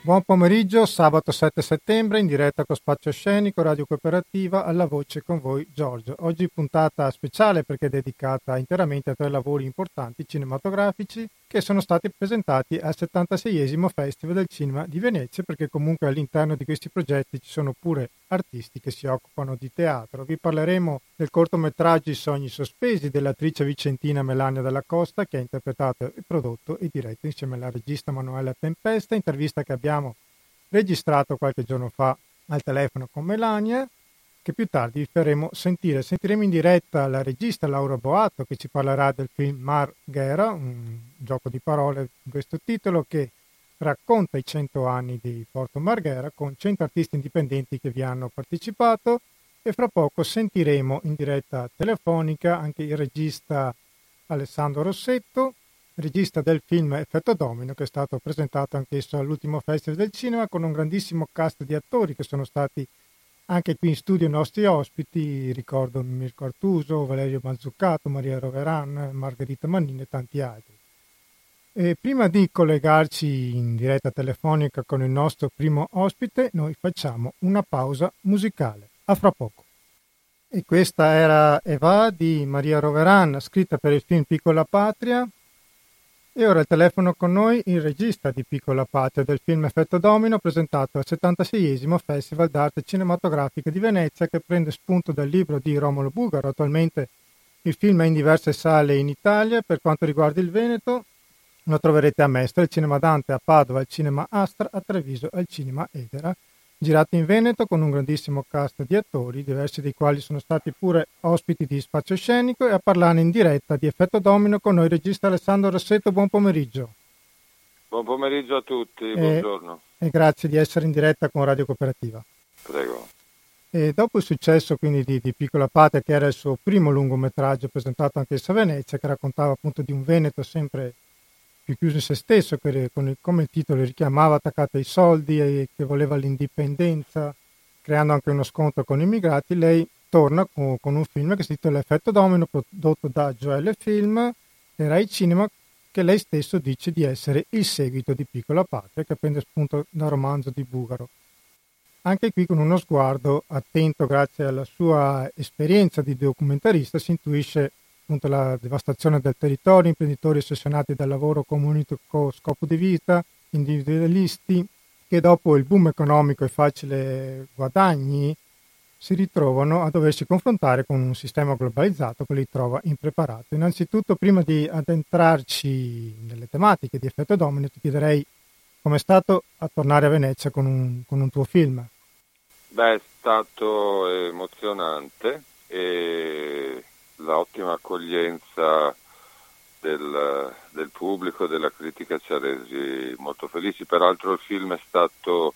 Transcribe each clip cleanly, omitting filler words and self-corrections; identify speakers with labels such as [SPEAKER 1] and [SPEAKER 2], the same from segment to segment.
[SPEAKER 1] Buon pomeriggio, sabato 7 settembre, in diretta con Spazio Scenico, Radio Cooperativa, alla voce con voi Giorgio. Oggi puntata speciale perché è dedicata interamente a 3 lavori importanti cinematografici che sono stati presentati al 76esimo Festival del Cinema di Venezia, perché comunque all'interno di questi progetti ci sono pure artisti che si occupano di teatro. Vi parleremo del cortometraggio I sogni sospesi dell'attrice vicentina Melania Della Costa, che ha interpretato e prodotto e diretto insieme alla regista Manuela Tempesta, intervista che abbiamo registrato qualche giorno fa al telefono con Melania, che più tardi vi faremo sentire. Sentiremo in diretta la regista Laura Boato, che ci parlerà del film Marghera, un gioco di parole in questo titolo che racconta i 100 anni di Porto Marghera con 100 artisti indipendenti che vi hanno partecipato, e fra poco sentiremo in diretta telefonica anche il regista Alessandro Rossetto, regista del film Effetto Domino, che è stato presentato anch'esso all'ultimo Festival del Cinema con un grandissimo cast di attori che sono stati anche qui in studio i nostri ospiti, ricordo Mirko Artuso, Valerio Mazzuccato, Maria Roveran, Margherita Mannini e tanti altri. E prima di collegarci in diretta telefonica con il nostro primo ospite, noi facciamo una pausa musicale. A fra poco. E questa era Eva di Maria Roveran, scritta per il film Piccola Patria. E ora al telefono con noi il regista di Piccola Patria del film Effetto Domino, presentato al 76esimo Festival d'Arte Cinematografica di Venezia, che prende spunto dal libro di Romolo Bugaro. Attualmente il film è in diverse sale in Italia. Per quanto riguarda il Veneto, lo troverete a Mestre, al Cinema Dante, a Padova, al Cinema Astra, a Treviso, al Cinema Edera. Girato in Veneto con un grandissimo cast di attori, diversi dei quali sono stati pure ospiti di Spazio Scenico, e a parlare in diretta di Effetto Domino con noi il regista Alessandro Rossetto. Buon pomeriggio.
[SPEAKER 2] Buon pomeriggio a tutti, buongiorno.
[SPEAKER 1] E grazie di essere in diretta con Radio Cooperativa.
[SPEAKER 2] Prego.
[SPEAKER 1] E dopo il successo quindi di Piccola Patria, che era il suo primo lungometraggio presentato anch'esso a Venezia, che raccontava appunto di un Veneto sempre più chiuso in se stesso, che come il titolo richiamava, attaccato ai soldi e che voleva l'indipendenza, creando anche uno scontro con gli immigrati, lei torna con un film che si intitola Effetto Domino, prodotto da Gioele Film e Rai Cinema, che lei stesso dice di essere il seguito di Piccola Patria, che prende spunto dal romanzo di Bugaro. Anche qui con uno sguardo attento, grazie alla sua esperienza di documentarista, si intuisce appunto la devastazione del territorio, imprenditori ossessionati dal lavoro con un unico scopo di vita, individualisti che dopo il boom economico e facile guadagni si ritrovano a doversi confrontare con un sistema globalizzato che li trova impreparati. Innanzitutto, prima di addentrarci nelle tematiche di Effetto Domino, ti chiederei com'è stato a tornare a Venezia con un tuo film.
[SPEAKER 2] Beh, è stato emozionante e l'ottima accoglienza del pubblico, della critica ci ha resi molto felici. Peraltro il film è stato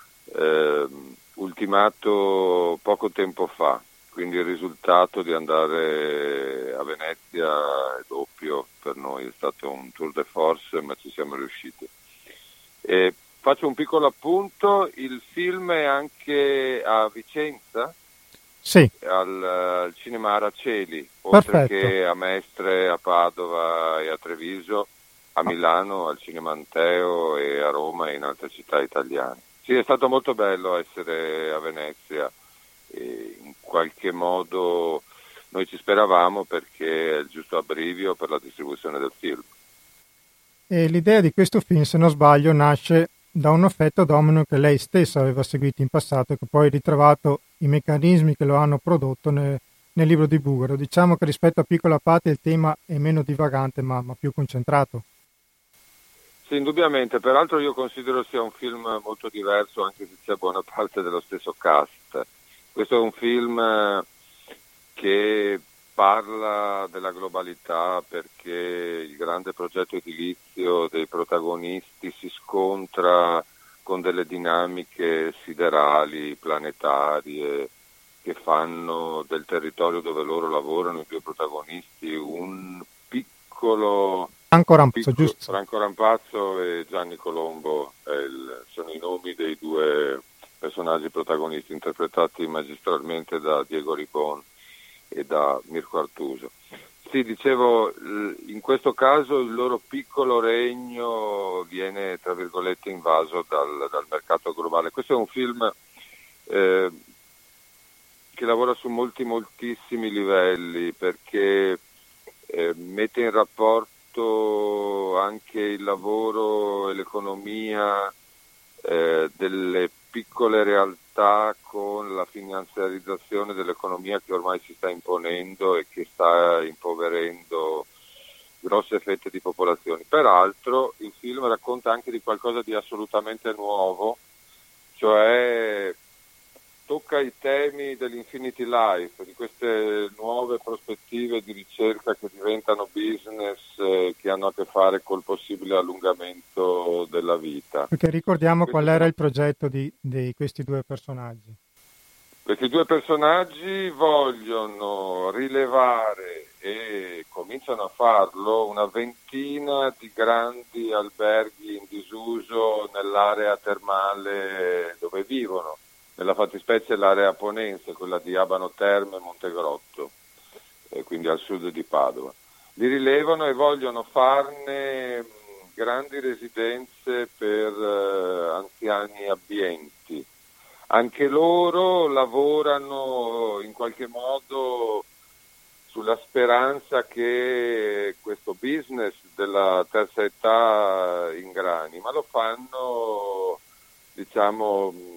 [SPEAKER 2] ultimato poco tempo fa, quindi il risultato di andare a Venezia è doppio per noi, è stato un tour de force, ma ci siamo riusciti. Faccio un piccolo appunto, il film è anche a Vicenza?
[SPEAKER 1] Sì.
[SPEAKER 2] Al Cinema Araceli, oltre
[SPEAKER 1] Perfetto.
[SPEAKER 2] che a Mestre, a Padova e a Treviso, a Milano, al Cinema Anteo e a Roma e in altre città italiane. Sì, è stato molto bello essere a Venezia e in qualche modo noi ci speravamo, perché è il giusto abbrivio per la distribuzione del film.
[SPEAKER 1] E l'idea di questo film, se non sbaglio, nasce da un effetto domino che lei stessa aveva seguito in passato e che poi ha ritrovato i meccanismi che lo hanno prodotto nel libro di Bugaro. Diciamo che rispetto a Piccola Patria il tema è meno divagante ma più concentrato.
[SPEAKER 2] Sì, indubbiamente. Peraltro io considero sia un film molto diverso, anche se c'è buona parte dello stesso cast. Questo è un film che parla della globalità, perché il grande progetto edilizio dei protagonisti si scontra con delle dinamiche siderali, planetarie, che fanno del territorio dove loro lavorano, i due protagonisti, un piccolo...
[SPEAKER 1] Franco
[SPEAKER 2] Rampazzo e Gianni Colombo sono i nomi dei due personaggi protagonisti, interpretati magistralmente da Diego Ribon e da Mirko Artuso. Sì, dicevo, in questo caso il loro piccolo regno viene, tra virgolette, invaso dal mercato globale. Questo è un film che lavora su moltissimi livelli, perché mette in rapporto anche il lavoro e l'economia delle piccole realtà con la finanziarizzazione dell'economia che ormai si sta imponendo e che sta impoverendo grosse fette di popolazioni. Peraltro il film racconta anche di qualcosa di assolutamente nuovo, cioè tocca i temi dell'infinity life, di queste nuove prospettive di ricerca che diventano business, che hanno a che fare col possibile allungamento della vita.
[SPEAKER 1] Perché ricordiamo qual era il progetto di questi due personaggi.
[SPEAKER 2] Questi due personaggi vogliono rilevare, e cominciano a farlo, una ventina di grandi alberghi in disuso nell'area termale dove vivono. Nella fattispecie l'area ponense, quella di Abano Terme e Montegrotto, quindi al sud di Padova. Li rilevano e vogliono farne grandi residenze per anziani abbienti. Anche loro lavorano in qualche modo sulla speranza che questo business della terza età ingrani, ma lo fanno, diciamo,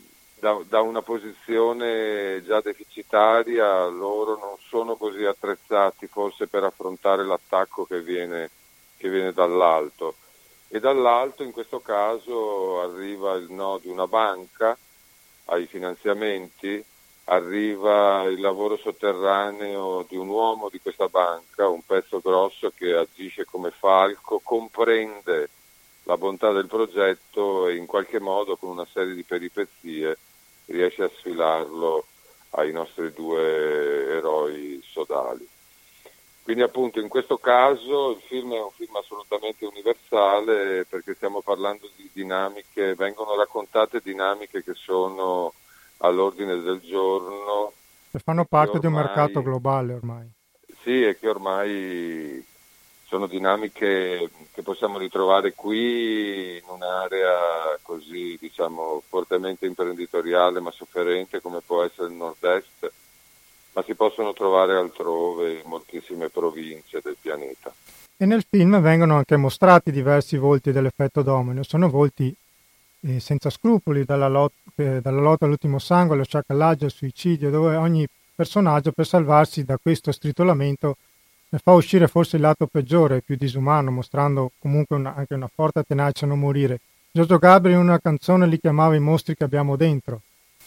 [SPEAKER 2] da una posizione già deficitaria. Loro non sono così attrezzati forse per affrontare l'attacco che viene dall'alto, e dall'alto in questo caso arriva il no di una banca ai finanziamenti, arriva il lavoro sotterraneo di un uomo di questa banca, un pezzo grosso che agisce come falco, comprende la bontà del progetto e in qualche modo con una serie di peripezie riesce a sfilarlo ai nostri due eroi sodali. Quindi appunto in questo caso il film è un film assolutamente universale, perché stiamo parlando di dinamiche, vengono raccontate dinamiche che sono all'ordine del giorno.
[SPEAKER 1] Che fanno parte di un mercato globale ormai.
[SPEAKER 2] Sì, e che ormai sono dinamiche che possiamo ritrovare qui in un'area così, diciamo, fortemente imprenditoriale ma sofferente come può essere il nord-est, ma si possono trovare altrove in moltissime province del pianeta.
[SPEAKER 1] E nel film vengono anche mostrati diversi volti dell'effetto domino. Sono volti senza scrupoli, dalla lotta all'ultimo sangue, allo sciacallaggio, al suicidio, dove ogni personaggio per salvarsi da questo stritolamento ne fa uscire forse il lato peggiore, più disumano, mostrando comunque anche una forte tenacia a non morire. Giorgio Gabriel in una canzone li chiamava i mostri che abbiamo dentro.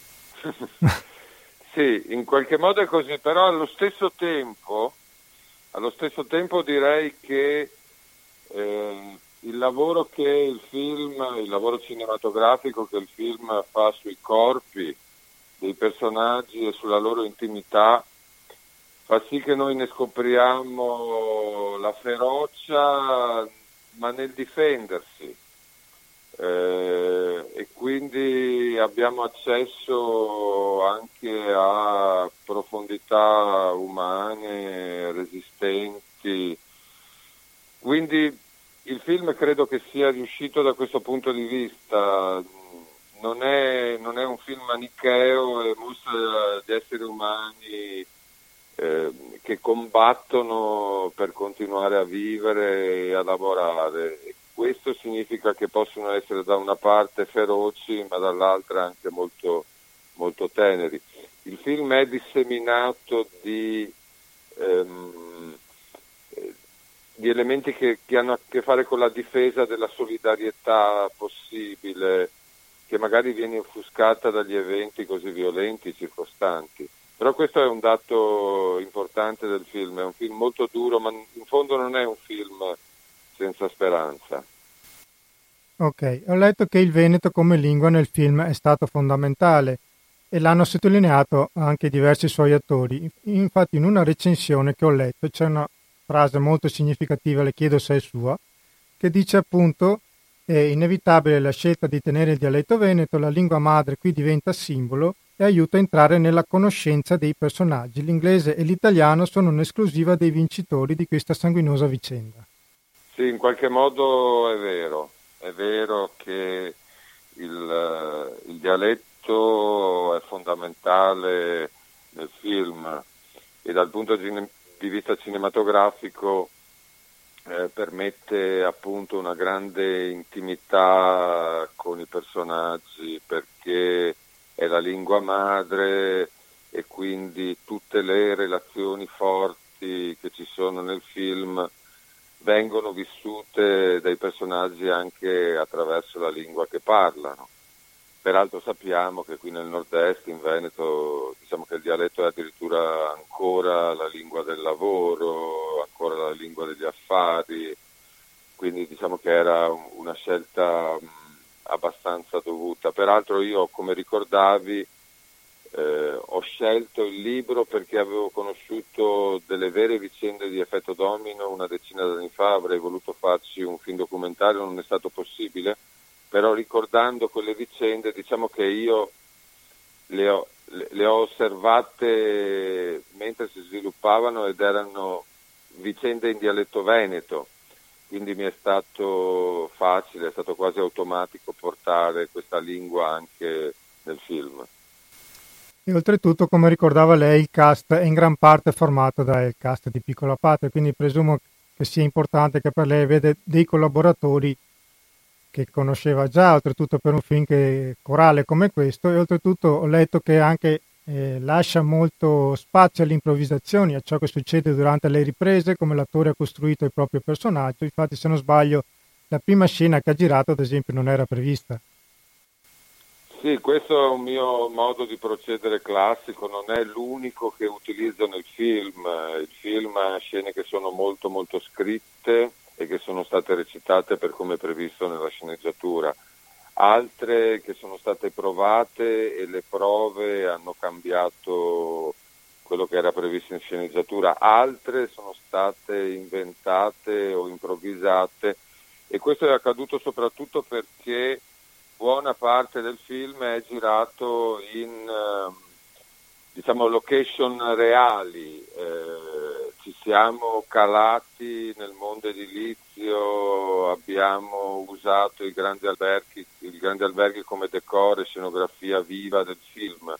[SPEAKER 2] Sì, in qualche modo è così, però allo stesso tempo direi che il lavoro cinematografico che il film fa sui corpi dei personaggi e sulla loro intimità fa sì che noi ne scopriamo la ferocia, ma nel difendersi, e quindi abbiamo accesso anche a profondità umane, resistenti. Quindi il film credo che sia riuscito da questo punto di vista. Non è un film manicheo e mostra gli esseri umani che combattono per continuare a vivere e a lavorare. E questo significa che possono essere da una parte feroci, ma dall'altra anche molto, molto teneri. Il film è disseminato di elementi che hanno a che fare con la difesa della solidarietà possibile, che magari viene offuscata dagli eventi così violenti circostanti. Però questo è un dato importante del film, è un film molto duro, ma in fondo non è un film senza speranza.
[SPEAKER 1] Ok, ho letto che il veneto come lingua nel film è stato fondamentale e l'hanno sottolineato anche diversi suoi attori. Infatti in una recensione che ho letto c'è una frase molto significativa, le chiedo se è sua, che dice appunto: è inevitabile la scelta di tenere il dialetto veneto, la lingua madre qui diventa simbolo, e aiuta a entrare nella conoscenza dei personaggi. L'inglese e l'italiano sono un'esclusiva dei vincitori di questa sanguinosa vicenda.
[SPEAKER 2] Sì, in qualche modo è vero che il dialetto è fondamentale nel film e dal punto di vista cinematografico permette appunto una grande intimità con i personaggi perché è la lingua madre e quindi tutte le relazioni forti che ci sono nel film vengono vissute dai personaggi anche attraverso la lingua che parlano. Peraltro sappiamo che qui nel nord-est, in Veneto, diciamo che il dialetto è addirittura ancora la lingua del lavoro, ancora la lingua degli affari, quindi diciamo che era una scelta abbastanza dovuta. Peraltro io, come ricordavi, ho scelto il libro perché avevo conosciuto delle vere vicende di Effetto Domino una decina d'anni fa, avrei voluto farci un film documentario, non è stato possibile, però ricordando quelle vicende diciamo che io le ho osservate mentre si sviluppavano ed erano vicende in dialetto veneto, quindi mi è stato facile, è stato quasi automatico portare questa lingua anche nel film.
[SPEAKER 1] E oltretutto, come ricordava lei, il cast è in gran parte formato dal cast di Piccola Patria, quindi presumo che sia importante che per lei vede dei collaboratori che conosceva già, oltretutto per un film corale come questo, e oltretutto ho letto che anche lascia molto spazio alle improvvisazioni, a ciò che succede durante le riprese, come l'attore ha costruito il proprio personaggio. Infatti, se non sbaglio, la prima scena che ha girato, ad esempio, non era prevista.
[SPEAKER 2] Sì, questo è un mio modo di procedere classico, non è l'unico che utilizzo nel film. Il film ha scene che sono molto molto scritte e che sono state recitate per come previsto nella sceneggiatura, altre che sono state provate e le prove hanno cambiato quello che era previsto in sceneggiatura, altre sono state inventate o improvvisate e questo è accaduto soprattutto perché buona parte del film è girato in diciamo location reali, ci siamo calati nel mondo edilizio, abbiamo usato i grandi alberghi come decor e scenografia viva del film.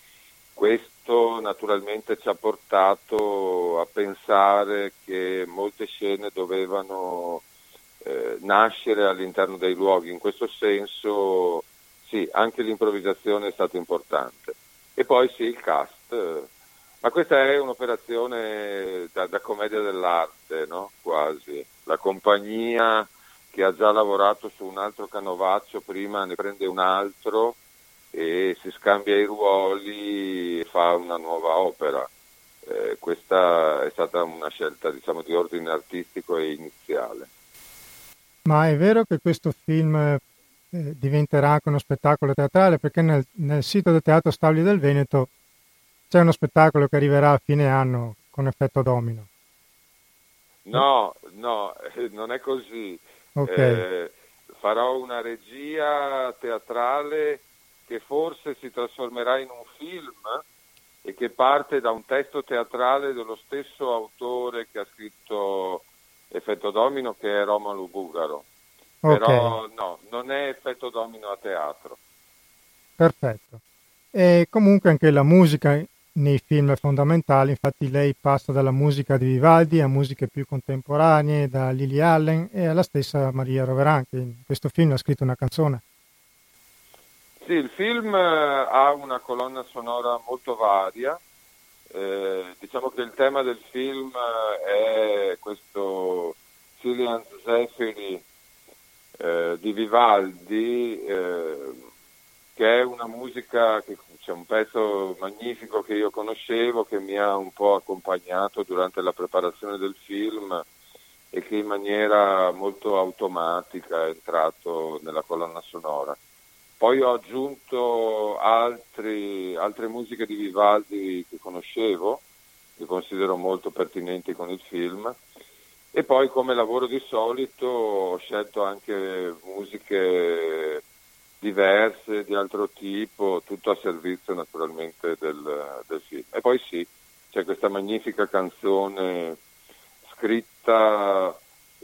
[SPEAKER 2] Questo naturalmente ci ha portato a pensare che molte scene dovevano nascere all'interno dei luoghi. In questo senso sì, anche l'improvvisazione è stata importante. E poi sì, il cast. Ma questa è un'operazione da commedia dell'arte, no? Quasi. La compagnia che ha già lavorato su un altro canovaccio prima ne prende un altro e si scambia i ruoli e fa una nuova opera. Questa è stata una scelta, diciamo, di ordine artistico e iniziale.
[SPEAKER 1] Ma è vero che questo film diventerà anche uno spettacolo teatrale? Perché nel sito del Teatro Stabili del Veneto c'è uno spettacolo che arriverà a fine anno con Effetto Domino.
[SPEAKER 2] No, non è così.
[SPEAKER 1] Ok.
[SPEAKER 2] Farò una regia teatrale che forse si trasformerà in un film e che parte da un testo teatrale dello stesso autore che ha scritto Effetto Domino, che è Romolo Bugaro. Però no, non è Effetto Domino a teatro.
[SPEAKER 1] Perfetto. E comunque anche la musica nei film è fondamentale, infatti lei passa dalla musica di Vivaldi a musiche più contemporanee, da Lily Allen e alla stessa Maria Roveran, che in questo film ha scritto una canzone.
[SPEAKER 2] Sì, il film ha una colonna sonora molto varia. Diciamo che il tema del film è questo Cillian Zeffiri di Vivaldi, che è una musica, c'è un pezzo magnifico che io conoscevo, che mi ha un po' accompagnato durante la preparazione del film e che in maniera molto automatica è entrato nella colonna sonora. Poi ho aggiunto altre musiche di Vivaldi che conoscevo, che considero molto pertinenti con il film, e poi come lavoro di solito ho scelto anche musiche diverse di altro tipo, tutto a servizio naturalmente del film. E poi sì, c'è questa magnifica canzone scritta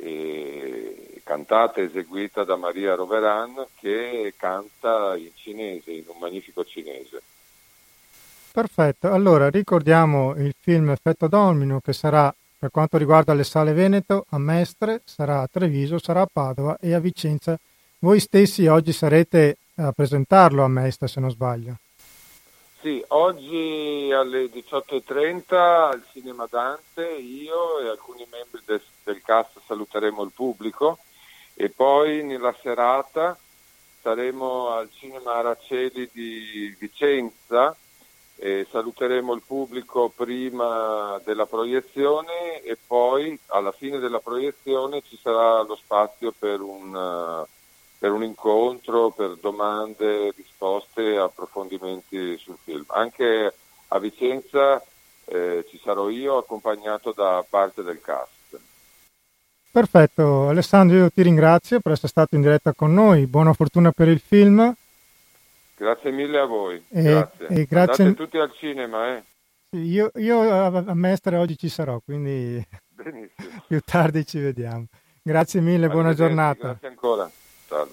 [SPEAKER 2] e cantata e eseguita da Maria Roveran, che canta in cinese, in un magnifico cinese.
[SPEAKER 1] Perfetto, allora ricordiamo il film Effetto Domino, che sarà, per quanto riguarda le sale Veneto, a Mestre, sarà a Treviso, sarà a Padova e a Vicenza. Voi stessi oggi sarete a presentarlo a Mestre, se non sbaglio.
[SPEAKER 2] Sì, oggi alle 18:30 al Cinema Dante io e alcuni membri del cast saluteremo il pubblico, e poi nella serata saremo al Cinema Araceli di Vicenza e saluteremo il pubblico prima della proiezione, e poi alla fine della proiezione ci sarà lo spazio per un incontro, per domande, risposte, approfondimenti sul film. Anche a Vicenza ci sarò io, accompagnato da parte del cast.
[SPEAKER 1] Perfetto, Alessandro, io ti ringrazio per essere stato in diretta con noi, buona fortuna per il film.
[SPEAKER 2] Grazie mille a voi,
[SPEAKER 1] E
[SPEAKER 2] grazie.
[SPEAKER 1] grazie.
[SPEAKER 2] Andate tutti al cinema, eh?
[SPEAKER 1] Sì, io a Mestre oggi ci sarò, quindi
[SPEAKER 2] Benissimo.
[SPEAKER 1] più tardi ci vediamo. Grazie mille, buona
[SPEAKER 2] Arrivederci,
[SPEAKER 1] giornata.
[SPEAKER 2] grazie ancora. Salve.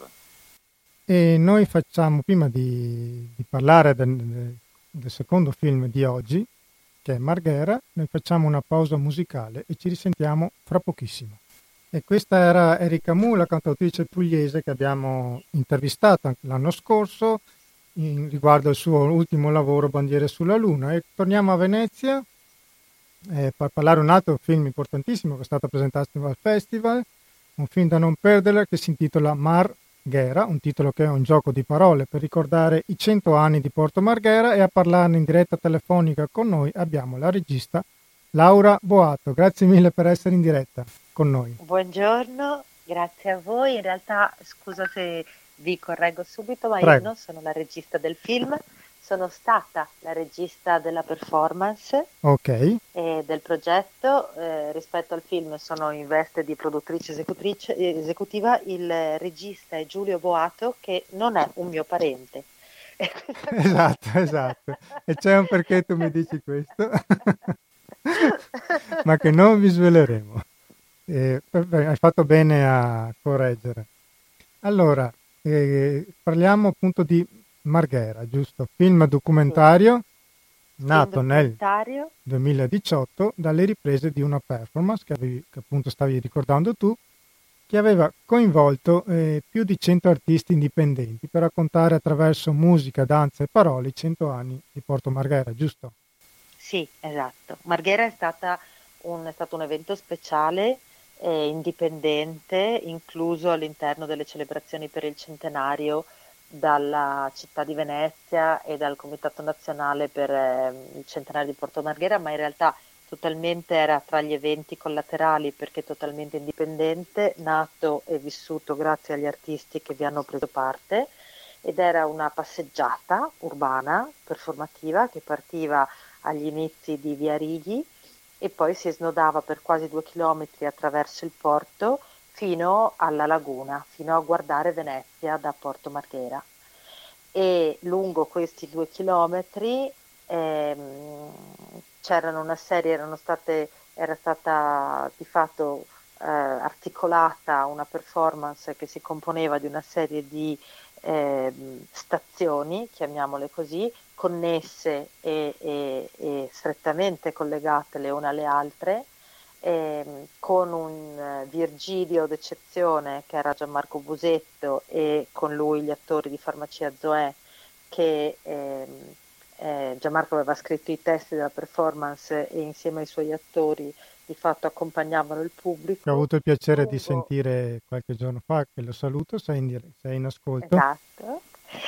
[SPEAKER 1] E noi facciamo, prima di parlare del secondo film di oggi, che è Marghera, noi facciamo una pausa musicale e ci risentiamo fra pochissimo. E questa era Erika Mu, la cantautrice pugliese che abbiamo intervistato anche l'anno scorso riguardo al suo ultimo lavoro, Bandiere sulla Luna. E torniamo a Venezia per parlare un altro film importantissimo che è stato presentato al festival, un film da non perdere che si intitola Marghera, un titolo che è un gioco di parole per ricordare i 100 anni di Porto Marghera, e a parlarne in diretta telefonica con noi abbiamo la regista Laura Boato. Grazie mille per essere in diretta con noi.
[SPEAKER 3] Buongiorno, grazie a voi. In realtà, scusa se vi correggo subito, ma
[SPEAKER 1] Prego.
[SPEAKER 3] io non sono la regista del film, sono stata la regista della performance
[SPEAKER 1] Ok.
[SPEAKER 3] e del progetto. Rispetto al film sono in veste di produttrice esecutiva, il regista è Giulio Boato, che non è un mio parente.
[SPEAKER 1] Esatto. E c'è un perché tu mi dici questo, ma che non vi sveleremo. Hai fatto bene a correggere. Allora, parliamo appunto di Marghera, giusto? Film documentario nato nel 2018 dalle riprese di una performance che appunto stavi ricordando tu, che aveva coinvolto più di 100 artisti indipendenti per raccontare attraverso musica, danza e parole i 100 anni di Porto Marghera, giusto?
[SPEAKER 3] Sì, esatto. Marghera è stato un evento speciale, indipendente, incluso all'interno delle celebrazioni per il centenario dalla città di Venezia e dal Comitato Nazionale per il centenario di Porto Marghera, ma in realtà totalmente era tra gli eventi collaterali, perché totalmente indipendente, nato e vissuto grazie agli artisti che vi hanno preso parte, ed era una passeggiata urbana performativa che partiva agli inizi di Via Righi e poi si snodava per quasi 2 chilometri attraverso il porto fino alla laguna, fino a guardare Venezia da Porto Marghera. E lungo questi 2 chilometri c'erano una serie, era stata di fatto articolata una performance che si componeva di una serie di stazioni, chiamiamole così, connesse e strettamente collegate le une alle altre, con un Virgilio d'eccezione che era Gianmarco Busetto, e con lui gli attori di Farmacia Zoè, che Gianmarco aveva scritto i testi della performance e insieme ai suoi attori di fatto accompagnavano il pubblico.
[SPEAKER 1] Ho avuto il piacere di sentire qualche giorno fa, che lo saluto, sei in ascolto.
[SPEAKER 3] Esatto.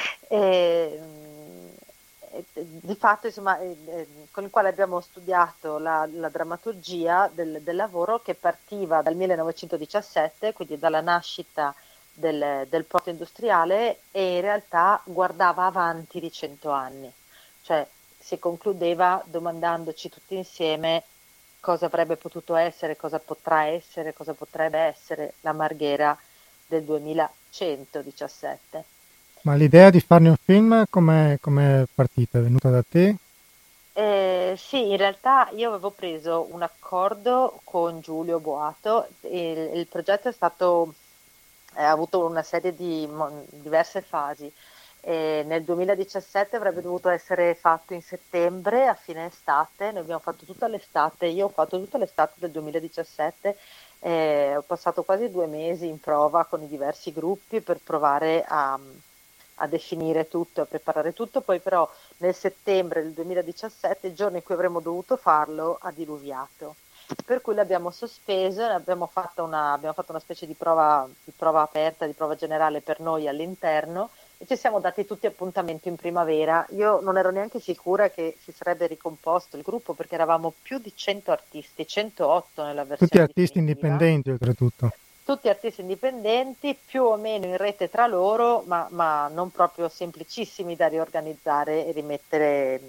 [SPEAKER 3] Di fatto, insomma, con il quale abbiamo studiato la drammaturgia del lavoro, che partiva dal 1917, quindi dalla nascita del porto industriale, e in realtà guardava avanti di 100 anni, cioè si concludeva domandandoci tutti insieme cosa avrebbe potuto essere, cosa potrà essere, cosa potrebbe essere la Marghera del 2117.
[SPEAKER 1] Ma l'idea di farne un film com'è partita? È venuta da te?
[SPEAKER 3] Sì, in realtà io avevo preso un accordo con Giulio Boato, il progetto è stato, ha avuto una serie di diverse fasi. Nel 2017 avrebbe dovuto essere fatto in settembre, a fine estate, noi abbiamo fatto tutta l'estate, io ho fatto tutta l'estate del 2017, ho passato quasi 2 mesi in prova con i diversi gruppi per provare a definire tutto, a preparare tutto, poi però nel settembre del 2017, il giorno in cui avremmo dovuto farlo, ha diluviato. Per cui l'abbiamo sospeso, abbiamo fatto una specie di prova aperta, di prova generale per noi all'interno e ci siamo dati tutti appuntamento in primavera. Io non ero neanche sicura che si sarebbe ricomposto il gruppo perché eravamo più di 100 artisti, 108 nella
[SPEAKER 1] Tutti
[SPEAKER 3] versione
[SPEAKER 1] artisti
[SPEAKER 3] definitiva,
[SPEAKER 1] indipendenti, oltretutto.
[SPEAKER 3] tutti artisti indipendenti, più o meno in rete tra loro, ma non proprio semplicissimi da riorganizzare e rimettere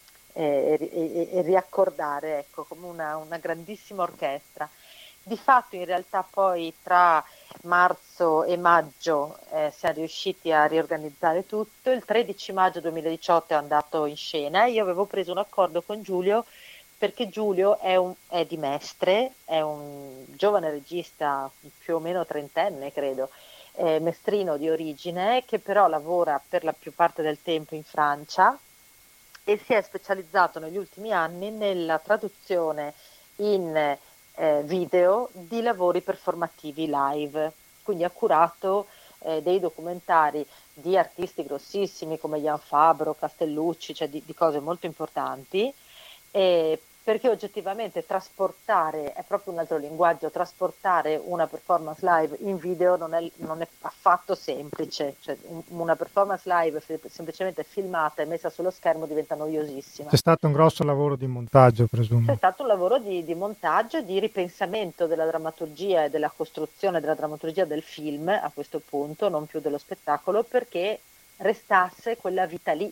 [SPEAKER 3] e riaccordare, ecco, come una grandissima orchestra. Di fatto in realtà poi tra marzo e maggio siamo riusciti a riorganizzare tutto, il 13 maggio 2018 è andato in scena e io avevo preso un accordo con Giulio perché Giulio è di Mestre, è un giovane regista più o meno trentenne, credo, mestrino di origine, che però lavora per la più parte del tempo in Francia e si è specializzato negli ultimi anni nella traduzione in video di lavori performativi live. Quindi ha curato dei documentari di artisti grossissimi come Jan Fabro, Castellucci, cioè di cose molto importanti, perché oggettivamente trasportare, è proprio un altro linguaggio, trasportare una performance live in video non è affatto semplice, cioè una performance live semplicemente filmata e messa sullo schermo diventa noiosissima.
[SPEAKER 1] C'è stato un grosso lavoro di montaggio,
[SPEAKER 3] C'è
[SPEAKER 1] presumo.
[SPEAKER 3] stato un lavoro di montaggio, di ripensamento della drammaturgia e della costruzione della drammaturgia del film a questo punto, non più dello spettacolo, perché restasse quella vita lì,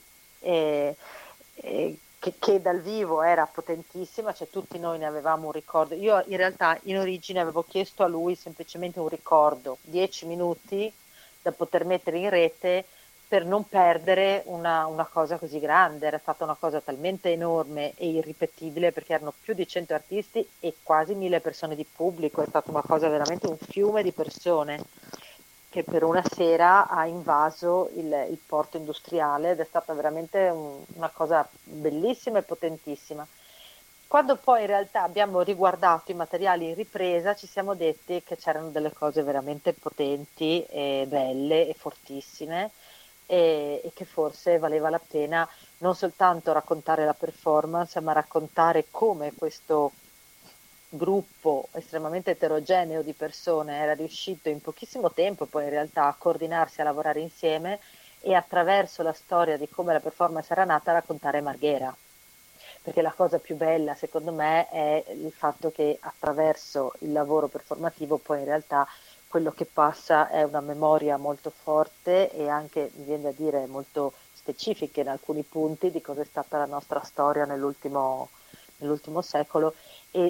[SPEAKER 3] che dal vivo era potentissima, cioè tutti noi ne avevamo un ricordo. Io in realtà in origine avevo chiesto a lui semplicemente un ricordo, 10 minuti da poter mettere in rete per non perdere una cosa così grande. Era stata una cosa talmente enorme e irripetibile perché erano più di 100 artisti e quasi 1000 persone di pubblico, è stata una cosa veramente un fiume di persone che per una sera ha invaso il porto industriale ed è stata veramente una cosa bellissima e potentissima. Quando poi in realtà abbiamo riguardato i materiali in ripresa, ci siamo detti che c'erano delle cose veramente potenti e belle e fortissime e che forse valeva la pena non soltanto raccontare la performance, ma raccontare come questo gruppo estremamente eterogeneo di persone era riuscito in pochissimo tempo poi in realtà a coordinarsi, a lavorare insieme e attraverso la storia di come la performance era nata raccontare Marghera. Perché la cosa più bella, secondo me, è il fatto che attraverso il lavoro performativo poi in realtà quello che passa è una memoria molto forte e anche, mi viene da dire, molto specifica in alcuni punti di cosa è stata la nostra storia nell'ultimo secolo e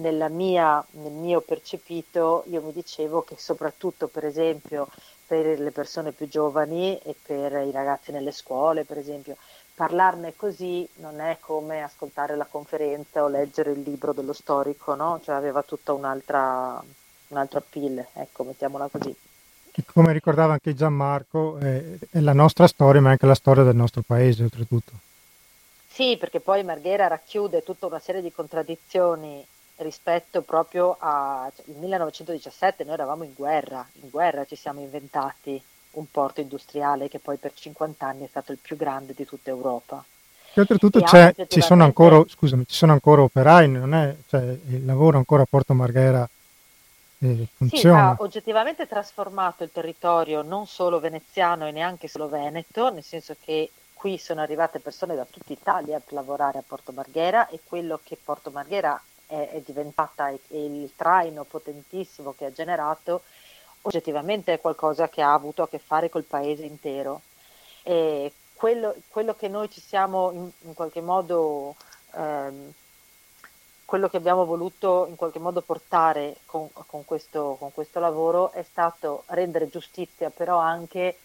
[SPEAKER 3] nel mio percepito io mi dicevo che soprattutto per esempio per le persone più giovani e per i ragazzi nelle scuole per esempio parlarne così non è come ascoltare la conferenza o leggere il libro dello storico, no? Cioè aveva tutta un altro appeal, ecco, mettiamola così.
[SPEAKER 1] Che come ricordava anche Gianmarco, è la nostra storia, ma è anche la storia del nostro paese, oltretutto.
[SPEAKER 3] Sì, perché poi Marghera racchiude tutta una serie di contraddizioni rispetto proprio a cioè, il 1917 noi eravamo in guerra ci siamo inventati un porto industriale che poi per 50 anni è stato il più grande di tutta Europa.
[SPEAKER 1] Che oltretutto
[SPEAKER 3] E ha
[SPEAKER 1] ci sono ancora,
[SPEAKER 3] oggettivamente,
[SPEAKER 1] scusami, ci sono ancora operai, non è, cioè, il lavoro ancora a Porto Marghera
[SPEAKER 3] sì, ha
[SPEAKER 1] funziona.
[SPEAKER 3] oggettivamente trasformato il territorio non solo veneziano e neanche solo veneto, nel senso che qui sono arrivate persone da tutta Italia per lavorare a Porto Marghera e quello che Porto Marghera è diventata e il traino potentissimo che ha generato, oggettivamente è qualcosa che ha avuto a che fare col paese intero. E quello che noi ci siamo in qualche modo ehm, quello che abbiamo voluto in qualche modo portare con questo lavoro è stato rendere giustizia però anche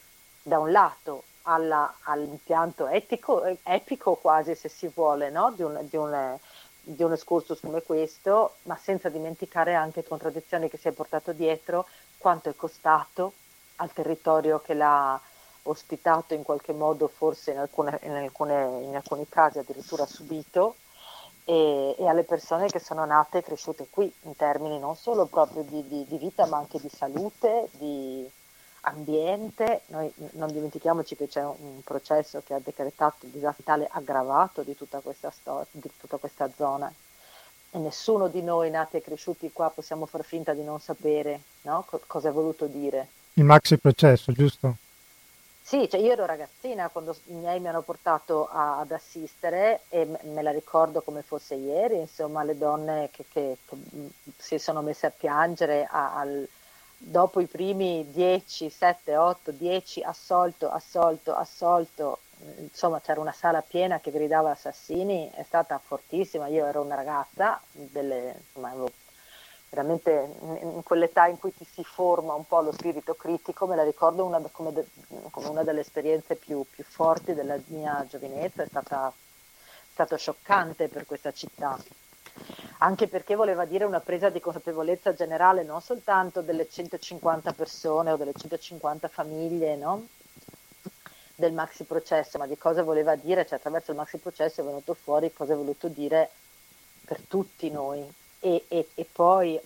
[SPEAKER 3] da un lato all'impianto epico quasi, se si vuole, no? Di un excursus come questo, ma senza dimenticare anche le contraddizioni che si è portato dietro, quanto è costato al territorio che l'ha ospitato in qualche modo, forse in alcuni casi addirittura subito, e alle persone che sono nate e cresciute qui, in termini non solo proprio di vita, ma anche di salute, di ambiente. Noi non dimentichiamoci che c'è un processo che ha decretato il disastro ambientale aggravato di tutta questa storia, di tutta questa zona, e nessuno di noi nati e cresciuti qua possiamo far finta di non sapere, no? Cosa è voluto dire.
[SPEAKER 1] Il maxi processo, giusto?
[SPEAKER 3] Sì, cioè io ero ragazzina quando i miei mi hanno portato ad assistere, e me la ricordo come fosse ieri, insomma, le donne che si sono messe a piangere dopo i primi 10, 7, 8, 10, assolto, assolto, assolto. Insomma, c'era una sala piena che gridava assassini, è stata fortissima. Io ero una ragazza, insomma, avevo veramente in quell'età in cui ti si forma un po' lo spirito critico. Me la ricordo come una delle esperienze più forti della mia giovinezza. È stato scioccante per questa città, anche perché voleva dire una presa di consapevolezza generale, non soltanto delle 150 persone o delle 150 famiglie, no? Del maxi processo, ma di cosa voleva dire, cioè attraverso il maxi processo è venuto fuori cosa è voluto dire per tutti noi, e poi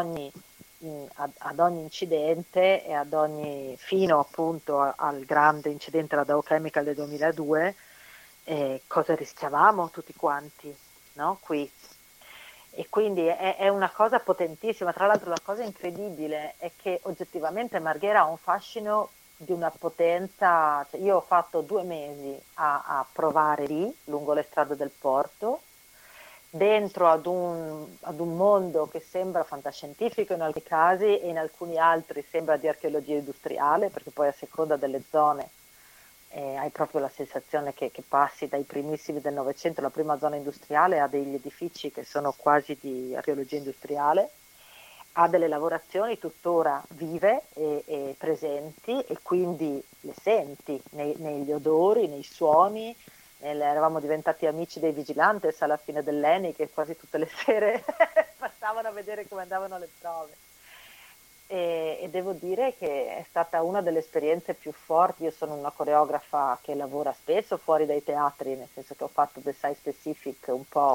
[SPEAKER 3] ad ogni incidente e fino appunto al grande incidente, la Dow Chemical del 2002, cosa rischiavamo tutti quanti, no? Qui. E quindi è una cosa potentissima. Tra l'altro la cosa incredibile è che oggettivamente Marghera ha un fascino di una potenza. Cioè, io ho fatto 2 mesi a provare lì, lungo le strade del porto, dentro ad un mondo che sembra fantascientifico in alcuni casi e in alcuni altri sembra di archeologia industriale, perché poi a seconda delle zone hai proprio la sensazione che passi dai primissimi del Novecento, la prima zona industriale, a degli edifici che sono quasi di archeologia industriale, ha delle lavorazioni tuttora vive e presenti, e quindi le senti negli odori, nei suoni. Eravamo diventati amici dei vigilantes alla fine dell'ENI, che quasi tutte le sere passavano a vedere come andavano le prove. E devo dire che è stata una delle esperienze più forti. Io sono una coreografa che lavora spesso fuori dai teatri, nel senso che ho fatto The Site Specific, un po'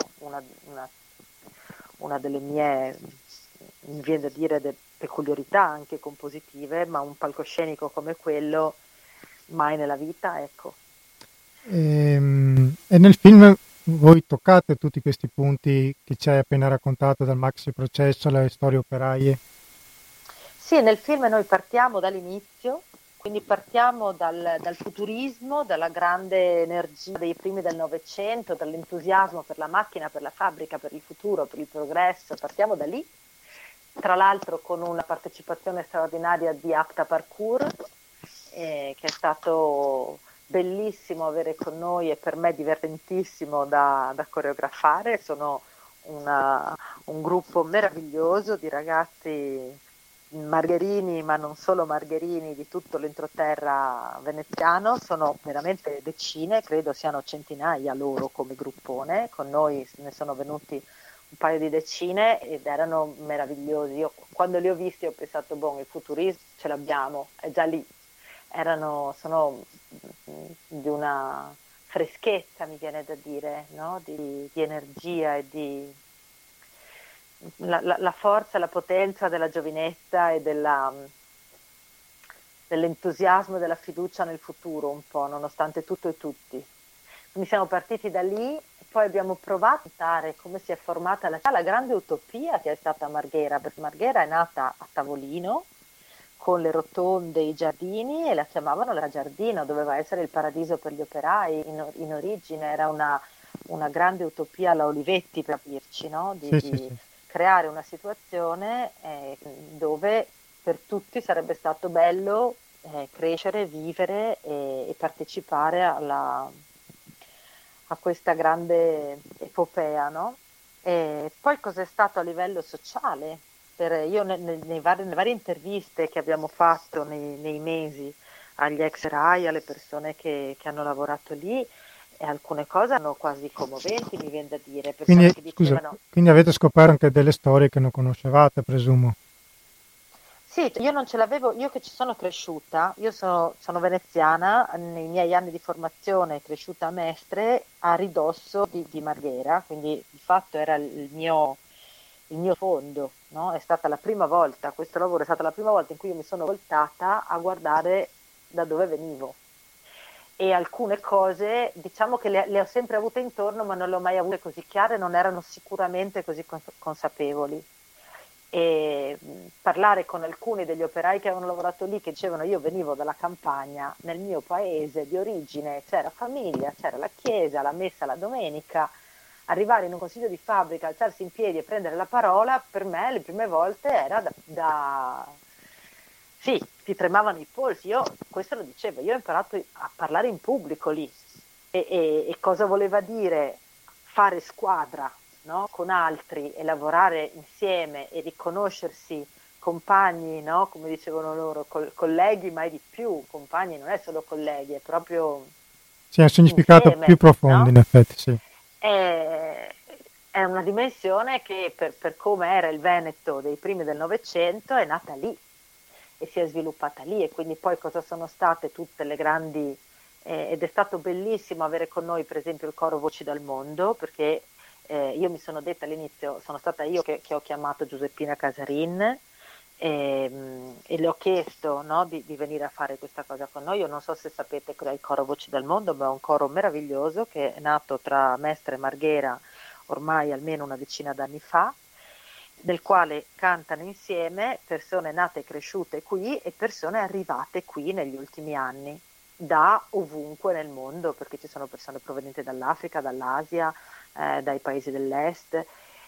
[SPEAKER 3] una delle mie, mi viene da dire, peculiarità anche compositive, ma un palcoscenico come quello mai nella vita, ecco.
[SPEAKER 1] E nel film voi toccate tutti questi punti che ci hai appena raccontato, dal maxi processo alle storie operaie?
[SPEAKER 3] Sì, nel film noi partiamo dall'inizio, quindi partiamo dal futurismo, dalla grande energia dei primi del Novecento, dall'entusiasmo per la macchina, per la fabbrica, per il futuro, per il progresso. Partiamo da lì, tra l'altro con una partecipazione straordinaria di Apta Parkour, che è stato bellissimo avere con noi e per me divertentissimo da coreografare. Sono un gruppo meraviglioso di ragazzi margherini, ma non solo margherini, di tutto l'entroterra veneziano. Sono veramente decine, credo siano centinaia loro come gruppone. Con noi ne sono venuti un paio di decine ed erano meravigliosi. Io quando li ho visti ho pensato, boh, il futurismo ce l'abbiamo, è già lì. Sono di una freschezza, mi viene da dire, no? Di energia e di la forza e la potenza della giovinezza e dell'entusiasmo e della fiducia nel futuro, un po', nonostante tutto e tutti. Quindi siamo partiti da lì, e poi abbiamo provato a notare come si è formata la grande utopia che è stata Marghera, perché Marghera è nata a tavolino, con le rotonde, i giardini, e la chiamavano la Giardino, doveva essere il paradiso per gli operai. In origine era una grande utopia alla Olivetti, per capirci, no?
[SPEAKER 1] Sì.
[SPEAKER 3] Creare una situazione dove per tutti sarebbe stato bello crescere, vivere e partecipare a questa grande epopea, no? E poi cos'è stato a livello sociale? Io nelle varie interviste che abbiamo fatto nei mesi agli ex Rai, alle persone che hanno lavorato lì, e alcune cose erano quasi commoventi, mi viene da dire, persone
[SPEAKER 1] Quindi,
[SPEAKER 3] che
[SPEAKER 1] scusa,
[SPEAKER 3] dicevano.
[SPEAKER 1] quindi avete scoperto anche delle storie che non conoscevate, presumo.
[SPEAKER 3] Sì, io non ce l'avevo, io che ci sono cresciuta, io sono veneziana, nei miei anni di formazione cresciuta a Mestre, a ridosso di Marghera, quindi di fatto era il mio fondo, no? È stata la prima volta, questo lavoro è stata la prima volta in cui io mi sono voltata a guardare da dove venivo. E alcune cose, diciamo che le ho sempre avute intorno, ma non le ho mai avute così chiare, non erano sicuramente così consapevoli. E parlare con alcuni degli operai che avevano lavorato lì, che dicevano: io venivo dalla campagna, nel mio paese di origine c'era famiglia, c'era la chiesa, la messa la domenica, arrivare in un consiglio di fabbrica, alzarsi in piedi e prendere la parola, per me le prime volte era sì, ti tremavano i polsi. Io questo lo dicevo, io ho imparato a parlare in pubblico lì, e cosa voleva dire fare squadra, no? Con altri, e lavorare insieme e riconoscersi compagni, no? Come dicevano loro, colleghi mai di più. Compagni non è solo colleghi, è proprio
[SPEAKER 1] Sì, ha un significato più
[SPEAKER 3] insieme,
[SPEAKER 1] profondo,
[SPEAKER 3] no?
[SPEAKER 1] in effetti, sì.
[SPEAKER 3] È, è una dimensione che, per come era il Veneto dei primi del Novecento, è nata lì e si è sviluppata lì. E quindi poi cosa sono state tutte le grandi, ed è stato bellissimo avere con noi per esempio il coro Voci dal Mondo, perché io mi sono detta all'inizio, sono stata io che ho chiamato Giuseppina Casarin, e le ho chiesto, no, di venire a fare questa cosa con noi. Io non so se sapete cos'è il coro Voci dal Mondo, ma è un coro meraviglioso che è nato tra Mestre e Marghera ormai almeno una decina d'anni fa, nel quale cantano insieme persone nate e cresciute qui e persone arrivate qui negli ultimi anni, da ovunque nel mondo, perché ci sono persone provenienti dall'Africa, dall'Asia, dai paesi dell'Est.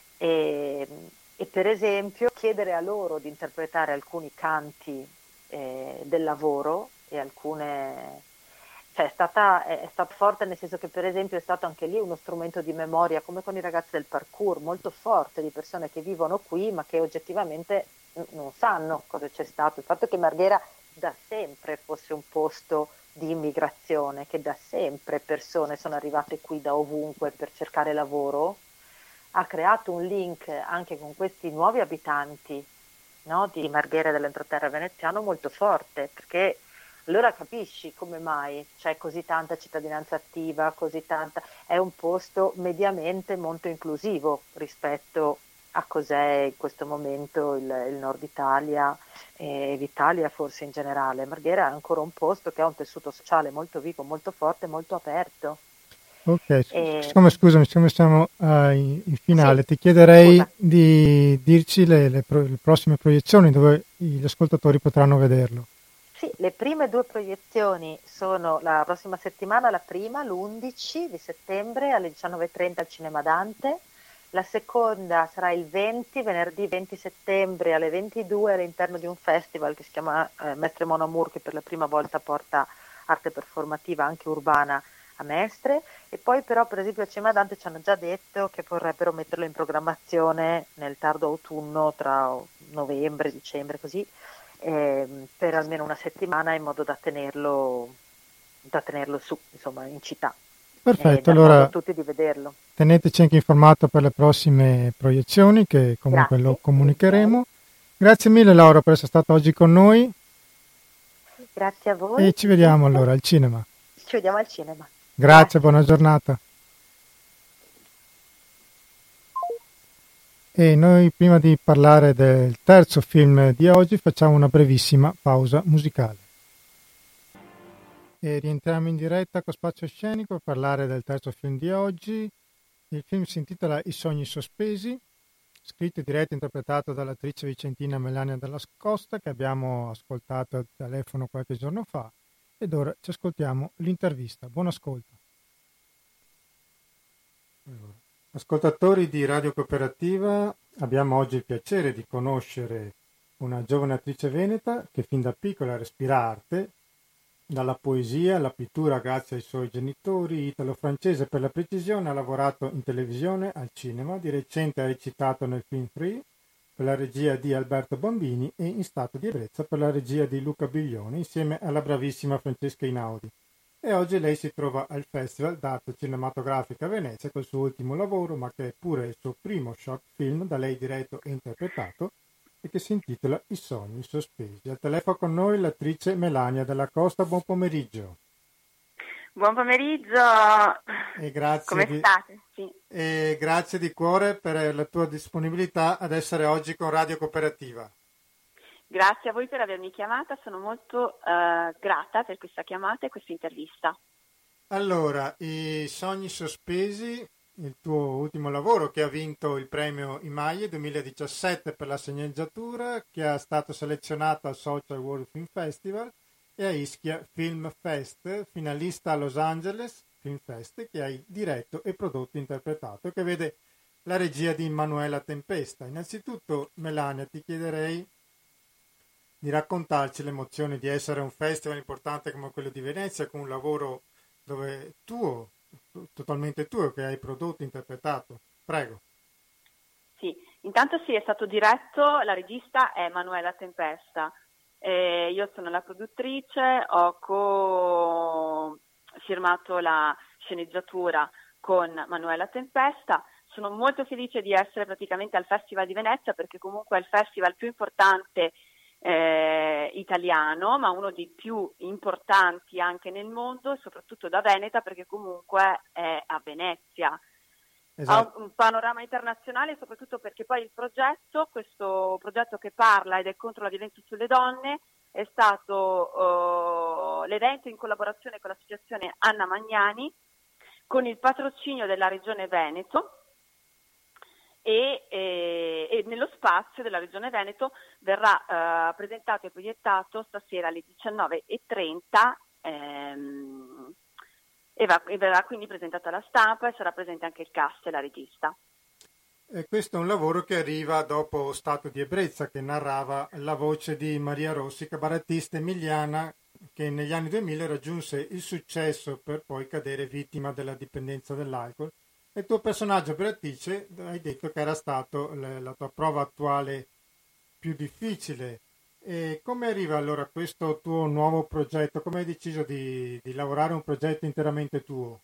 [SPEAKER 3] E, e per esempio chiedere a loro di interpretare alcuni canti del lavoro, e alcune. Cioè è stata forte, nel senso che per esempio è stato anche lì uno strumento di memoria, come con i ragazzi del parkour, molto forte, di persone che vivono qui ma che oggettivamente non sanno cosa c'è stato. Il fatto che Marghera da sempre fosse un posto di immigrazione, che da sempre persone sono arrivate qui da ovunque per cercare lavoro, ha creato un link anche con questi nuovi abitanti, no, di Marghera e dell'entroterra veneziano molto forte, perché allora capisci come mai c'è così tanta cittadinanza attiva, così tanta. È un posto mediamente molto inclusivo rispetto a cos'è in questo momento il nord Italia e l'Italia forse in generale. Marghera è ancora un posto che ha un tessuto sociale molto vivo, molto forte, molto aperto.
[SPEAKER 1] Ok,
[SPEAKER 3] E,
[SPEAKER 1] siccome siamo in
[SPEAKER 3] sì,
[SPEAKER 1] finale, ti chiederei
[SPEAKER 3] scusa.
[SPEAKER 1] di dirci le prossime proiezioni dove gli ascoltatori potranno vederlo.
[SPEAKER 3] Sì, le prime due proiezioni sono la prossima settimana, la prima l'11 di settembre alle 19:30 al Cinema Dante, la seconda sarà il 20, venerdì 20 settembre alle 22 all'interno di un festival che si chiama Mestre Mon Amour, che per la prima volta porta arte performativa anche urbana a Mestre. E poi però per esempio al Cinema Dante ci hanno già detto che vorrebbero metterlo in programmazione nel tardo autunno, tra novembre, dicembre, così, per almeno una settimana, in modo da tenerlo su, insomma, in città, e
[SPEAKER 1] Perfetto,
[SPEAKER 3] dar modo a
[SPEAKER 1] allora
[SPEAKER 3] tutti di vederlo.
[SPEAKER 1] teneteci anche informato per le prossime proiezioni che comunque lo
[SPEAKER 3] Grazie, volentieri.
[SPEAKER 1] comunicheremo. Grazie mille Laura per essere stata oggi con noi
[SPEAKER 3] Grazie a
[SPEAKER 1] e
[SPEAKER 3] voi
[SPEAKER 1] ci
[SPEAKER 3] di
[SPEAKER 1] vediamo
[SPEAKER 3] tutto.
[SPEAKER 1] allora al cinema.
[SPEAKER 3] Ci vediamo al cinema.
[SPEAKER 1] Grazie, buona
[SPEAKER 3] Grazie.
[SPEAKER 1] giornata. E noi prima di parlare del terzo film di oggi facciamo una brevissima pausa musicale. E rientriamo in diretta con Spazio Scenico per parlare del terzo film di oggi. Il film si intitola I sogni sospesi, scritto e diretto e interpretato dall'attrice vicentina Melania Dalla Costa, che abbiamo ascoltato al telefono qualche giorno fa, ed ora ci ascoltiamo l'intervista. Buon ascolto. Ascoltatori di Radio Cooperativa, abbiamo oggi il piacere di conoscere una giovane attrice veneta che fin da piccola respira arte, dalla poesia alla pittura grazie ai suoi genitori, italo-francese per la precisione, ha lavorato in televisione, al cinema, di recente ha recitato nel film Free, per la regia di Alberto Bambini e In stato di ebbrezza per la regia di Luca Biglione insieme alla bravissima Francesca Inaudi. E oggi lei si trova al Festival d'Arte Cinematografica a Venezia col suo ultimo lavoro, ma che è pure il suo primo short film da lei diretto e interpretato e che si intitola I sogni sospesi. Al telefono con noi l'attrice Melania Della Costa. Buon pomeriggio.
[SPEAKER 4] Buon pomeriggio,
[SPEAKER 1] e grazie
[SPEAKER 4] come state? Sì.
[SPEAKER 1] E grazie di cuore per la tua disponibilità ad essere oggi con Radio Cooperativa.
[SPEAKER 4] Grazie a voi per avermi chiamata, sono molto grata per questa chiamata e questa intervista.
[SPEAKER 1] Allora, I sogni sospesi, il tuo ultimo lavoro che ha vinto il premio Imaie 2017 per la sceneggiatura, che è stato selezionato al Social World Film Festival e a Ischia Film Fest, finalista a Los Angeles Film Fest, che hai diretto e prodotto e interpretato, che vede la regia di Manuela Tempesta. Innanzitutto, Melania, ti chiederei di raccontarci l'emozione di essere a un festival importante come quello di Venezia, con un lavoro dove tuo, totalmente tuo, che hai prodotto e interpretato. Prego.
[SPEAKER 4] Sì, intanto sì, è stato diretto, la regista è Manuela Tempesta. Io sono la produttrice, ho firmato la sceneggiatura con Manuela Tempesta. Sono molto felice di essere praticamente al Festival di Venezia perché comunque è il festival più importante italiano, ma uno dei più importanti anche nel mondo, soprattutto da Veneta perché comunque è a Venezia.
[SPEAKER 1] Esatto.
[SPEAKER 4] Ha un panorama internazionale, soprattutto perché poi questo progetto che parla ed è contro la violenza sulle donne, è stato l'evento in collaborazione con l'associazione Anna Magnani, con il patrocinio della Regione Veneto e nello spazio della Regione Veneto verrà presentato e proiettato stasera alle 19:30 e verrà quindi presentato alla stampa e sarà presente anche il cast e la regista.
[SPEAKER 1] E questo è un lavoro che arriva dopo Stato di ebbrezza, che narrava la voce di Maria Rossi, cabarettista emiliana che negli anni 2000 raggiunse il successo per poi cadere vittima della dipendenza dall'alcol. E il tuo personaggio, Beatrice, hai detto che era stato la tua prova attuale più difficile. E come arriva allora questo tuo nuovo progetto? Come hai deciso di lavorare un progetto interamente tuo?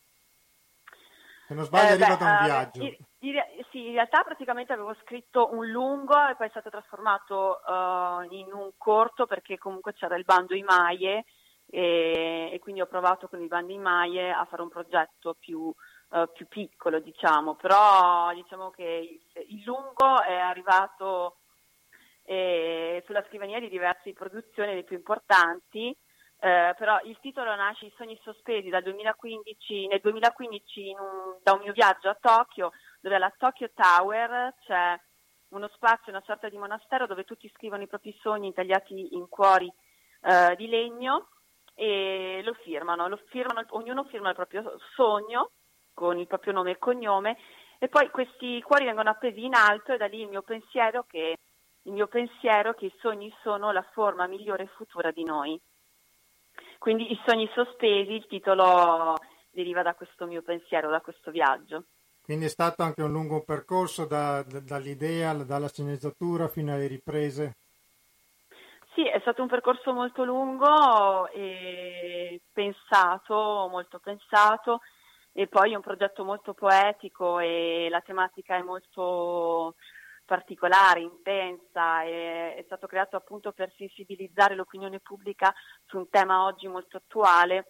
[SPEAKER 1] Se non sbaglio arriva da un viaggio.
[SPEAKER 4] Sì, in realtà praticamente avevo scritto un lungo e poi è stato trasformato in un corto perché comunque c'era il bando Imaie e quindi ho provato con il bando Imaie a fare un progetto più piccolo, diciamo, però diciamo che il lungo è arrivato sulla scrivania di diverse produzioni, le più importanti, però il titolo nasce I sogni sospesi nel 2015 da un mio viaggio a Tokyo, dove alla Tokyo Tower c'è uno spazio, una sorta di monastero dove tutti scrivono i propri sogni intagliati in cuori di legno e lo firmano, ognuno firma il proprio sogno con il proprio nome e cognome e poi questi cuori vengono appesi in alto e da lì il mio pensiero che i sogni sono la forma migliore e futura di noi. Quindi I sogni sospesi, il titolo deriva da questo mio pensiero, da questo viaggio.
[SPEAKER 1] Quindi è stato anche un lungo percorso dall'idea, dalla sceneggiatura fino alle riprese?
[SPEAKER 4] Sì, è stato un percorso molto lungo e molto pensato, e poi è un progetto molto poetico e la tematica è molto particolare, intensa, è stato creato appunto per sensibilizzare l'opinione pubblica su un tema oggi molto attuale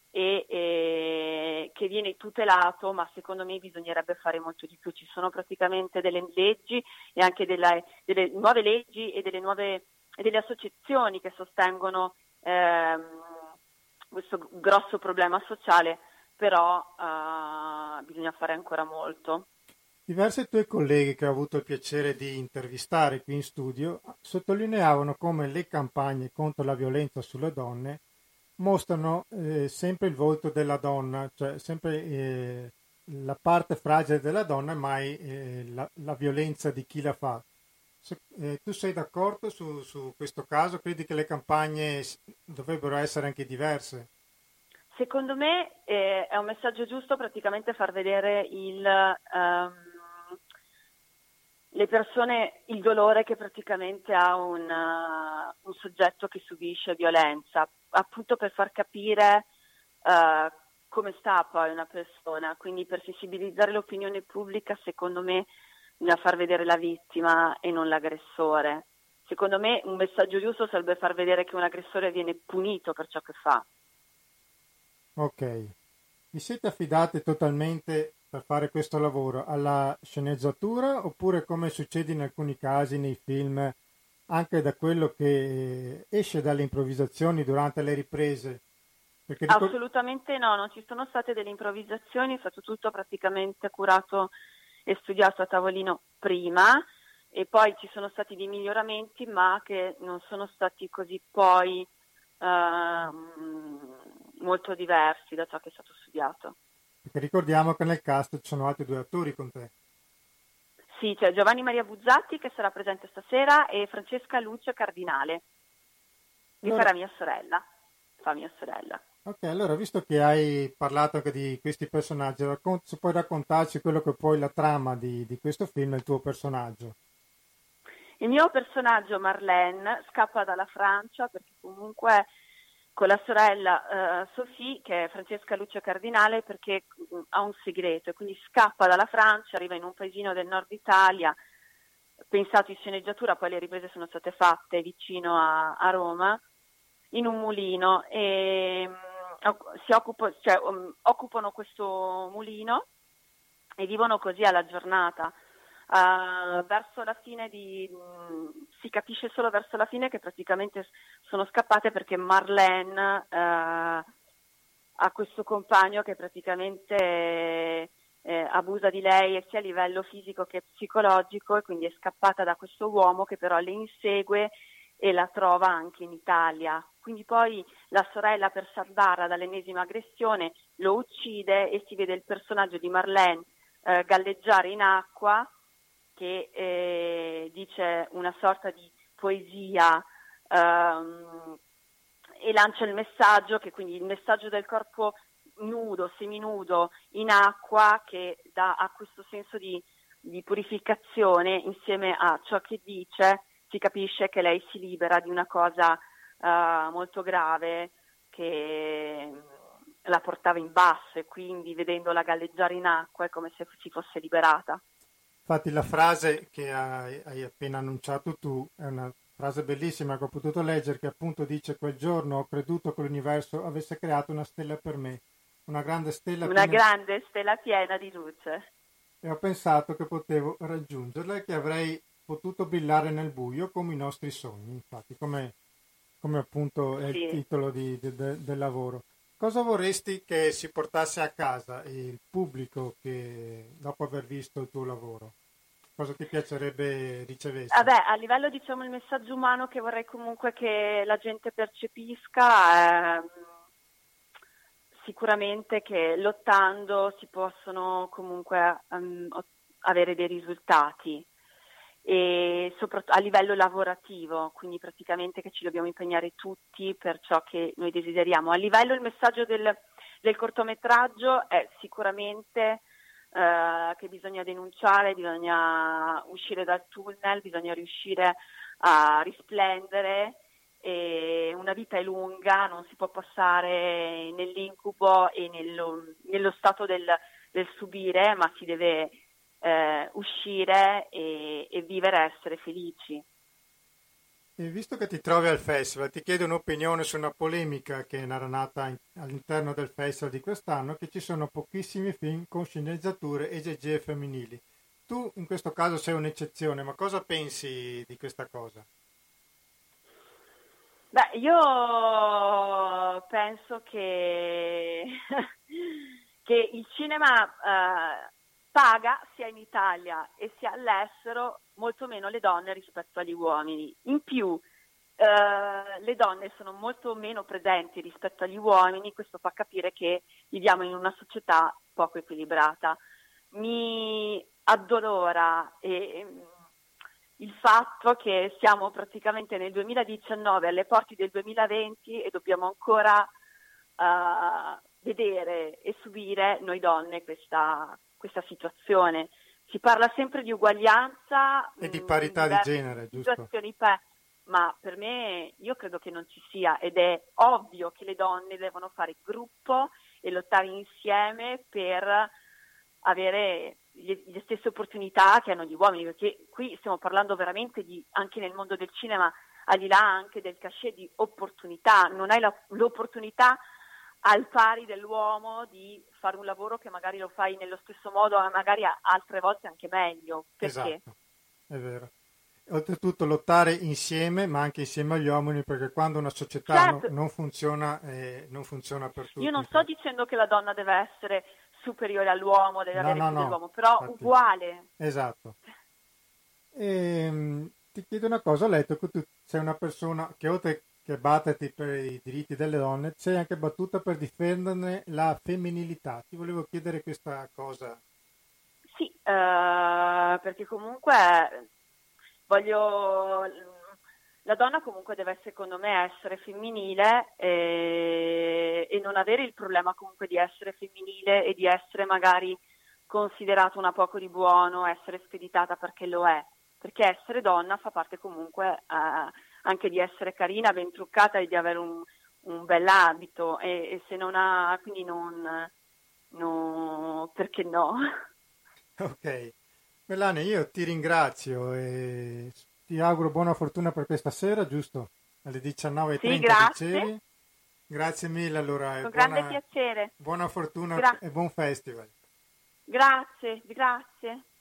[SPEAKER 4] e che viene tutelato, ma secondo me bisognerebbe fare molto di più. Ci sono praticamente delle leggi e anche delle nuove leggi e delle associazioni che sostengono questo grosso problema sociale, però bisogna fare ancora molto.
[SPEAKER 1] Diversi tuoi colleghi che ho avuto il piacere di intervistare qui in studio sottolineavano come le campagne contro la violenza sulle donne mostrano sempre il volto della donna, cioè sempre la parte fragile della donna e mai la violenza di chi la fa. Tu sei d'accordo su questo caso? Credi che le campagne dovrebbero essere anche diverse?
[SPEAKER 4] Secondo me è un messaggio giusto praticamente far vedere le persone, il dolore che praticamente ha un soggetto che subisce violenza, appunto per far capire come sta poi una persona, quindi per sensibilizzare l'opinione pubblica, secondo me bisogna far vedere la vittima e non l'aggressore. Secondo me un messaggio giusto sarebbe far vedere che un aggressore viene punito per ciò che fa.
[SPEAKER 1] Ok. Vi siete affidati totalmente per fare questo lavoro alla sceneggiatura, oppure, come succede in alcuni casi nei film, anche da quello che esce dalle improvvisazioni durante le riprese? Perché
[SPEAKER 4] Assolutamente no, non ci sono state delle improvvisazioni, è stato tutto praticamente curato e studiato a tavolino prima, e poi ci sono stati dei miglioramenti, ma che non sono stati così poi molto diversi da ciò che è stato studiato.
[SPEAKER 1] Perché ricordiamo che nel cast ci sono altri 2 attori con te.
[SPEAKER 4] Sì, c'è Giovanni Maria Buzzatti che sarà presente stasera e Francesca Luce Cardinale, che farà mia sorella. Fa mia sorella.
[SPEAKER 1] Ok, allora, visto che hai parlato anche di questi personaggi, se puoi raccontarci quello che poi la trama di questo film, il tuo personaggio.
[SPEAKER 4] Il mio personaggio Marlène scappa dalla Francia perché comunque con la sorella Sophie, che è Francesca Luce Cardinale, perché ha un segreto e quindi scappa dalla Francia, arriva in un paesino del nord Italia, pensato in sceneggiatura, poi le riprese sono state fatte vicino a Roma, in un mulino, e occupano questo mulino e vivono così alla giornata. Verso la fine si capisce solo verso la fine che praticamente sono scappate perché Marlène ha questo compagno che praticamente abusa di lei sia a livello fisico che psicologico, e quindi è scappata da questo uomo che però le insegue e la trova anche in Italia. Quindi poi la sorella, per salvarla dall'ennesima aggressione, lo uccide e si vede il personaggio di Marlène galleggiare in acqua, che dice una sorta di poesia e lancia il messaggio, che quindi il messaggio del corpo nudo, seminudo in acqua, che ha questo senso di purificazione. Insieme a ciò che dice si capisce che lei si libera di una cosa molto grave che la portava in basso, e quindi vedendola galleggiare in acqua è come se si fosse liberata.
[SPEAKER 1] Infatti la frase che hai appena annunciato tu è una frase bellissima che ho potuto leggere, che appunto dice: quel giorno ho creduto che l'universo avesse creato una stella per me, una grande stella
[SPEAKER 4] piena di luce,
[SPEAKER 1] e ho pensato che potevo raggiungerla e che avrei potuto brillare nel buio come i nostri sogni, infatti, come appunto è il titolo del lavoro. Cosa vorresti che si portasse a casa il pubblico che dopo aver visto il tuo lavoro? Cosa ti piacerebbe ricevesse?
[SPEAKER 4] A livello, diciamo, il messaggio umano che vorrei comunque che la gente percepisca è sicuramente che lottando si possono comunque avere dei risultati, e soprattutto a livello lavorativo, quindi praticamente che ci dobbiamo impegnare tutti per ciò che noi desideriamo. A livello, il messaggio del cortometraggio è sicuramente che bisogna denunciare, bisogna uscire dal tunnel, bisogna riuscire a risplendere, e una vita è lunga, non si può passare nell'incubo e nello stato del subire, ma si deve uscire e vivere e essere felici.
[SPEAKER 1] E visto che ti trovi al festival, ti chiedo un'opinione su una polemica che era nata all'interno del festival di quest'anno, che ci sono pochissimi film con sceneggiature esegie femminili. Tu in questo caso sei un'eccezione, ma cosa pensi di questa cosa?
[SPEAKER 4] Beh, io penso che il cinema paga sia in Italia e sia all'estero molto meno le donne rispetto agli uomini. In più le donne sono molto meno presenti rispetto agli uomini, questo fa capire che viviamo in una società poco equilibrata. Mi addolora il fatto che siamo praticamente nel 2019, alle porte del 2020, e dobbiamo ancora vedere e subire noi donne questa situazione. si parla sempre di uguaglianza
[SPEAKER 1] e di parità di genere, giusto?
[SPEAKER 4] Ma per me io credo che non ci sia, ed è ovvio che le donne devono fare gruppo e lottare insieme per avere le stesse opportunità che hanno gli uomini, perché qui stiamo parlando veramente anche nel mondo del cinema, al di là anche del cachet, di opportunità. Non hai l'opportunità al pari dell'uomo di fare un lavoro che magari lo fai nello stesso modo, ma magari altre volte anche meglio. Perché?
[SPEAKER 1] Esatto, è vero. Oltretutto lottare insieme, ma anche insieme agli uomini, perché quando una società
[SPEAKER 4] certo,
[SPEAKER 1] non funziona, non funziona per tutti.
[SPEAKER 4] Io non sto dicendo che la donna deve essere superiore all'uomo, deve avere più dell'uomo, però
[SPEAKER 1] infatti,
[SPEAKER 4] uguale.
[SPEAKER 1] Esatto. Ti chiedo una cosa, ho letto che tu sei una persona che oltre che batterti per i diritti delle donne, sei anche battuta per difenderne la femminilità. Ti volevo chiedere questa cosa.
[SPEAKER 4] Sì, perché comunque la donna comunque deve, secondo me, essere femminile e non avere il problema comunque di essere femminile e di essere magari considerata una poco di buono, essere screditata perché lo è, perché essere donna fa parte comunque anche di essere carina, ben truccata e di avere un bell'abito e se non ha, quindi non perché no?
[SPEAKER 1] Ok, Melania, io ti ringrazio e ti auguro buona fortuna per questa sera, giusto? Alle 19:30
[SPEAKER 4] sì, grazie.
[SPEAKER 1] Dicevi. Grazie mille allora.
[SPEAKER 4] Con grande piacere.
[SPEAKER 1] Buona fortuna e buon festival.
[SPEAKER 4] Grazie, grazie.